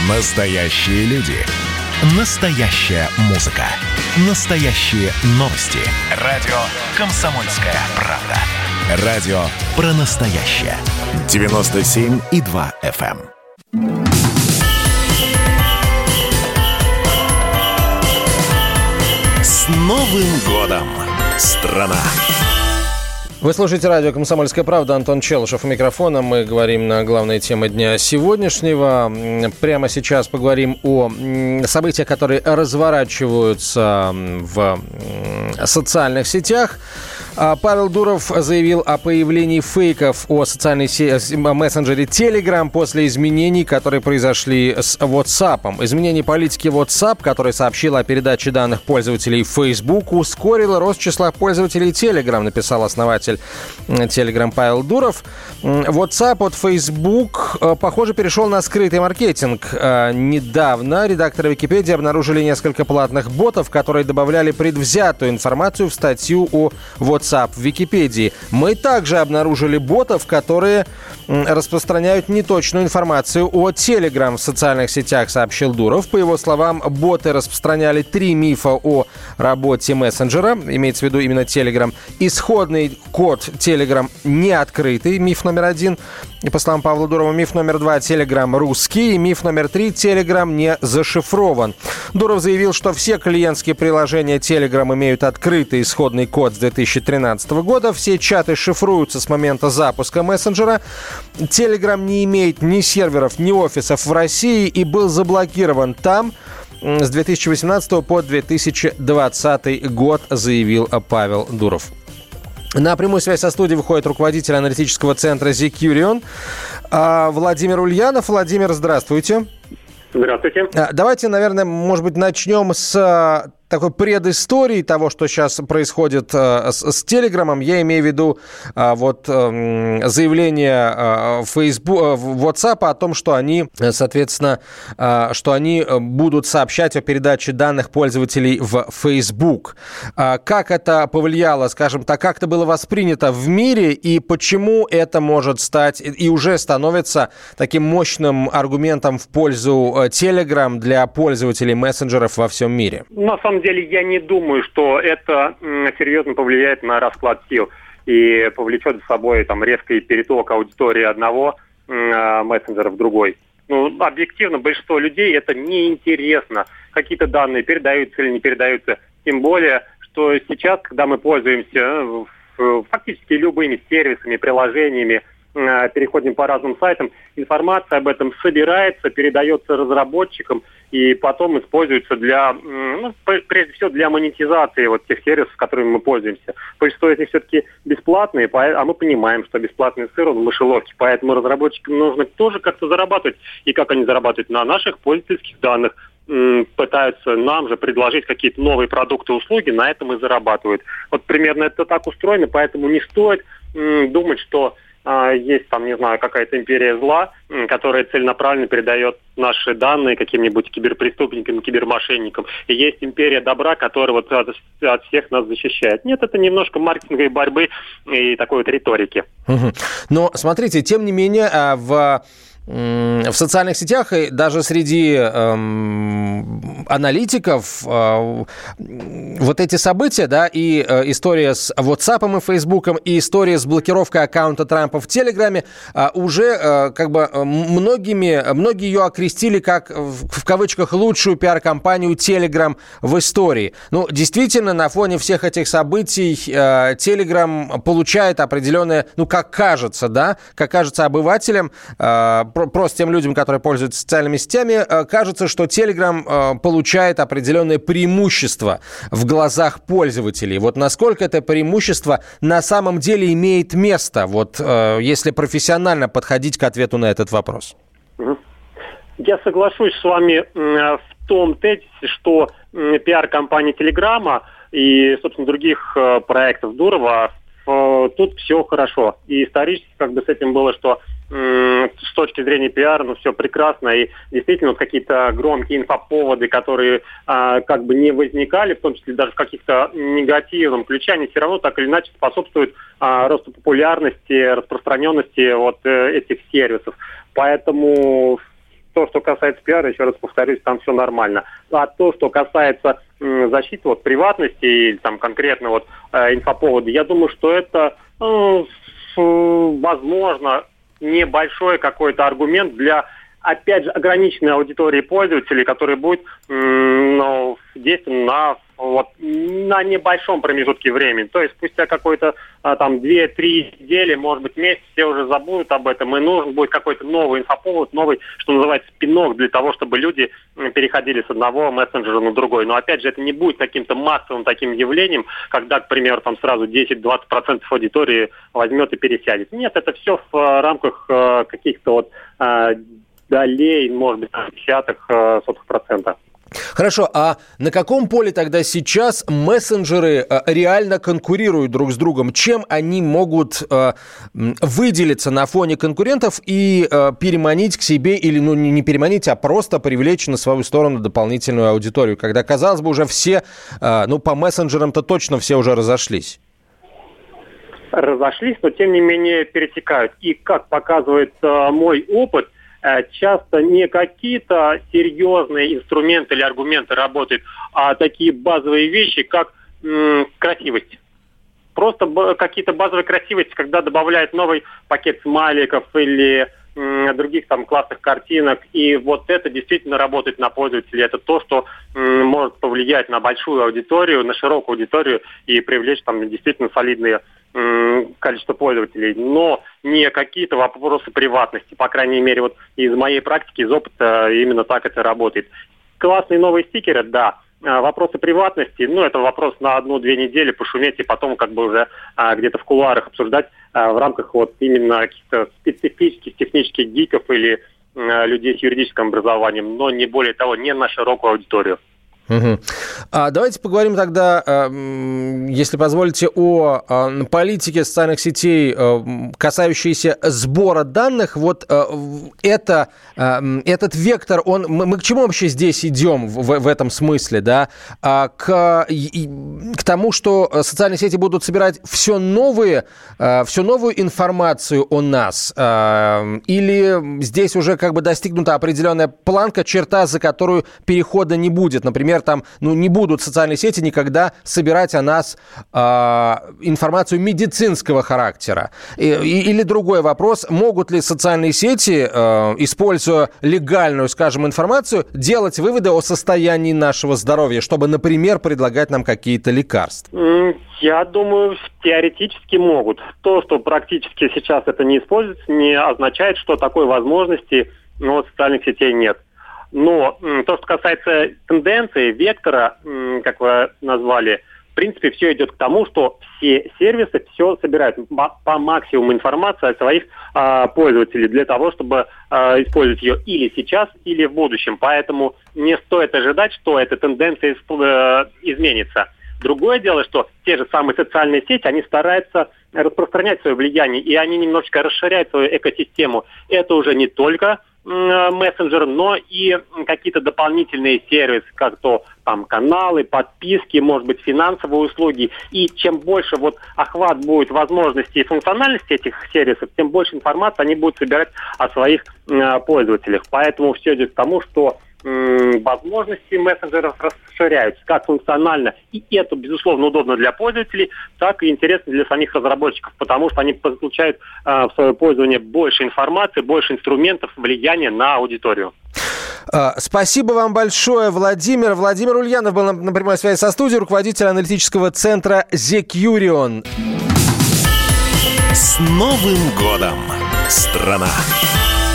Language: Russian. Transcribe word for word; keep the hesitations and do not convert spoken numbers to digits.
Настоящие люди. Настоящая музыка. Настоящие новости. Радио «Комсомольская правда». Радио про настоящее. девяносто семь и два эф эм. С Новым годом, страна! Вы слушаете радио «Комсомольская правда». Антон Челышев у микрофона. Мы говорим на главные темы дня сегодняшнего. Прямо сейчас поговорим о событиях, которые разворачиваются в социальных сетях. Павел Дуров заявил о появлении фейков о социальной сети, мессенджере Telegram после изменений, которые произошли с WhatsApp. Изменение политики WhatsApp, который сообщил о передаче данных пользователей Facebook, ускорило рост числа пользователей Telegram, написал основатель Telegram Павел Дуров. WhatsApp от Facebook, похоже, перешел на скрытый маркетинг. Недавно редакторы Википедии обнаружили несколько платных ботов, которые добавляли предвзятую информацию в статью о WhatsApp в Википедии. Мы также обнаружили ботов, которые распространяют неточную информацию о Telegram в социальных сетях, сообщил Дуров. По его словам, боты распространяли три мифа о работе мессенджера, имеется в виду именно Telegram. Исходный код Telegram не открытый, миф номер один. И по словам Павла Дурова, миф номер два — Telegram русский. И миф номер три — Telegram не зашифрован. Дуров заявил, что все клиентские приложения Telegram имеют открытый исходный код с две тысячи тринадцатого года. Все чаты шифруются с момента запуска мессенджера. Telegram не имеет ни серверов, ни офисов в России и был заблокирован там с две тысячи восемнадцатого по две тысячи двадцатый год, заявил Павел Дуров. На прямую связь со студией выходит руководитель аналитического центра Zecurion Владимир Ульянов. Владимир, здравствуйте. Здравствуйте. Давайте, наверное, может быть, начнем с такой предыстории того, что сейчас происходит э, с, с Телеграмом. Я имею в виду э, вот э, заявление э, Facebook, э, WhatsApp о том, что они, соответственно, э, что они будут сообщать о передаче данных пользователей в Facebook. Э, как это повлияло, скажем так, как это было воспринято в мире и почему это может стать и уже становится таким мощным аргументом в пользу Telegram для пользователей мессенджеров во всем мире? На самом деле, я не думаю, что это серьезно повлияет на расклад сил и повлечет за собой там резкий переток аудитории одного э, мессенджера в другой. Ну, объективно, большинство людей это неинтересно. Какие-то данные передаются или не передаются. Тем более, что сейчас, когда мы пользуемся фактически любыми сервисами, приложениями, переходим по разным сайтам, информация об этом собирается, передается разработчикам и потом используется для, ну, прежде всего, для монетизации вот тех сервисов, которыми мы пользуемся. Большинство из них все-таки бесплатные, а мы понимаем, что бесплатный сыр, он в мышеловке, поэтому разработчикам нужно тоже как-то зарабатывать. И как они зарабатывают? На наших пользовательских данных. Пытаются нам же предложить какие-то новые продукты и услуги, на этом и зарабатывают. Вот примерно это так устроено, поэтому не стоит м, думать, что есть там, не знаю, какая-то империя зла, которая целенаправленно передает наши данные каким-нибудь киберпреступникам, кибермошенникам. И есть империя добра, которая вот от, от всех нас защищает. Нет, это немножко маркетинговой борьбы и такой вот риторики. Угу. Но смотрите, тем не менее, в... В социальных сетях и даже среди эм, аналитиков э, вот эти события, да, и э, история с WhatsApp и Facebook, и история с блокировкой аккаунта Трампа в Телеграме э, уже э, как бы многими, многие ее окрестили как, в, в кавычках, лучшую пиар-компанию Telegram в истории. Ну, действительно, на фоне всех этих событий э, Telegram получает определенное, ну, как кажется, да, как кажется обывателям, э, просто тем людям, которые пользуются социальными сетями, кажется, что Telegram получает определенное преимущество в глазах пользователей. Вот насколько это преимущество на самом деле имеет место, вот если профессионально подходить к ответу на этот вопрос? Я соглашусь с вами в том тезисе, что пиар-компания Телеграма и, собственно, других проектов Дурова, тут все хорошо. И исторически как бы с этим было, что с точки зрения пиара, ну, все прекрасно, и действительно вот какие-то громкие инфоповоды, которые а, как бы не возникали, в том числе даже в каких-то негативном ключе, они все равно так или иначе способствуют а, росту популярности, распространенности вот э, этих сервисов. Поэтому то, что что касается пиара, еще раз повторюсь, там все нормально. А то, что касается м, защиты вот, приватности или там конкретно вот, э, инфоповода, я думаю, что это, э, возможно, небольшой какой-то аргумент для, опять же, ограниченной аудитории пользователей, который будет м, ну, действовать на, вот, на небольшом промежутке времени. То есть спустя какой-то а, там две-три недели, может быть, месяц, все уже забудут об этом, и нужен будет какой-то новый инфоповод, новый, что называется, спин-офф для того, чтобы люди переходили с одного мессенджера на другой. Но, опять же, это не будет каким-то массовым таким явлением, когда, к примеру, там сразу десять-двадцать процентов аудитории возьмет и пересядет. Нет, это все в а, рамках а, каких-то вот а, долей, может быть, десятых а, сотых процента. Хорошо, а на каком поле тогда сейчас мессенджеры реально конкурируют друг с другом? Чем они могут э, выделиться на фоне конкурентов и э, переманить к себе, или ну не переманить, а просто привлечь на свою сторону дополнительную аудиторию, когда, казалось бы, уже все, э, ну по мессенджерам-то точно все уже разошлись? Разошлись, но тем не менее перетекают. И как показывает э, мой опыт, часто не какие-то серьезные инструменты или аргументы работают, а такие базовые вещи, как м, красивость. Просто б- какие-то базовые красивости, когда добавляют новый пакет смайликов или м, других там классных картинок. И вот это действительно работает на пользователей. Это то, что м, может повлиять на большую аудиторию, на широкую аудиторию и привлечь там действительно солидные количество пользователей, но не какие-то вопросы приватности. По крайней мере, вот из моей практики, из опыта именно так это работает. Классные новые стикеры, да. Вопросы приватности, ну, это вопрос на одну-две недели пошуметь и потом как бы уже а, где-то в кулуарах обсуждать а, в рамках вот именно каких-то специфических технических гиков или а, людей с юридическим образованием, но не более того, не на широкую аудиторию. Угу. А давайте поговорим тогда, если позволите, о политике социальных сетей, касающейся сбора данных. Вот это, этот вектор, он, мы, мы к чему вообще здесь идем в, в этом смысле, да? К, к тому, что социальные сети будут собирать все новые, все новую информацию о нас? Или здесь уже как бы достигнута определенная планка, черта, за которую перехода не будет? Например, там, ну, не будут социальные сети никогда собирать о нас э, информацию медицинского характера. И, или другой вопрос, могут ли социальные сети, э, используя легальную, скажем, информацию, делать выводы о состоянии нашего здоровья, чтобы, например, предлагать нам какие-то лекарства? Я думаю, теоретически могут. То, что практически сейчас это не используется, не означает, что такой возможности ну, у социальных сетей нет. Но то, что касается тенденции, вектора, как вы назвали, в принципе, все идет к тому, что все сервисы все собирают по максимуму информации о своих а, пользователей для того, чтобы а, использовать ее или сейчас, или в будущем. Поэтому не стоит ожидать, что эта тенденция э, изменится. Другое дело, что те же самые социальные сети, они стараются распространять свое влияние, и они немножечко расширяют свою экосистему. Это уже не только мессенджер, но и какие-то дополнительные сервисы, как то там каналы, подписки, может быть, финансовые услуги. И чем больше вот охват будет возможностей и функциональности этих сервисов, тем больше информации они будут собирать о своих э, пользователях. Поэтому все идет к тому, что э, возможности мессенджеров расширяются как функционально. И это, безусловно, удобно для пользователей, так и интересно для самих разработчиков, потому что они получают э, в свое пользование больше информации, больше инструментов влияния на аудиторию. Спасибо вам большое, Владимир. Владимир Ульянов был на, на прямой связи со студией, руководитель аналитического центра Zekurion. С Новым годом, страна!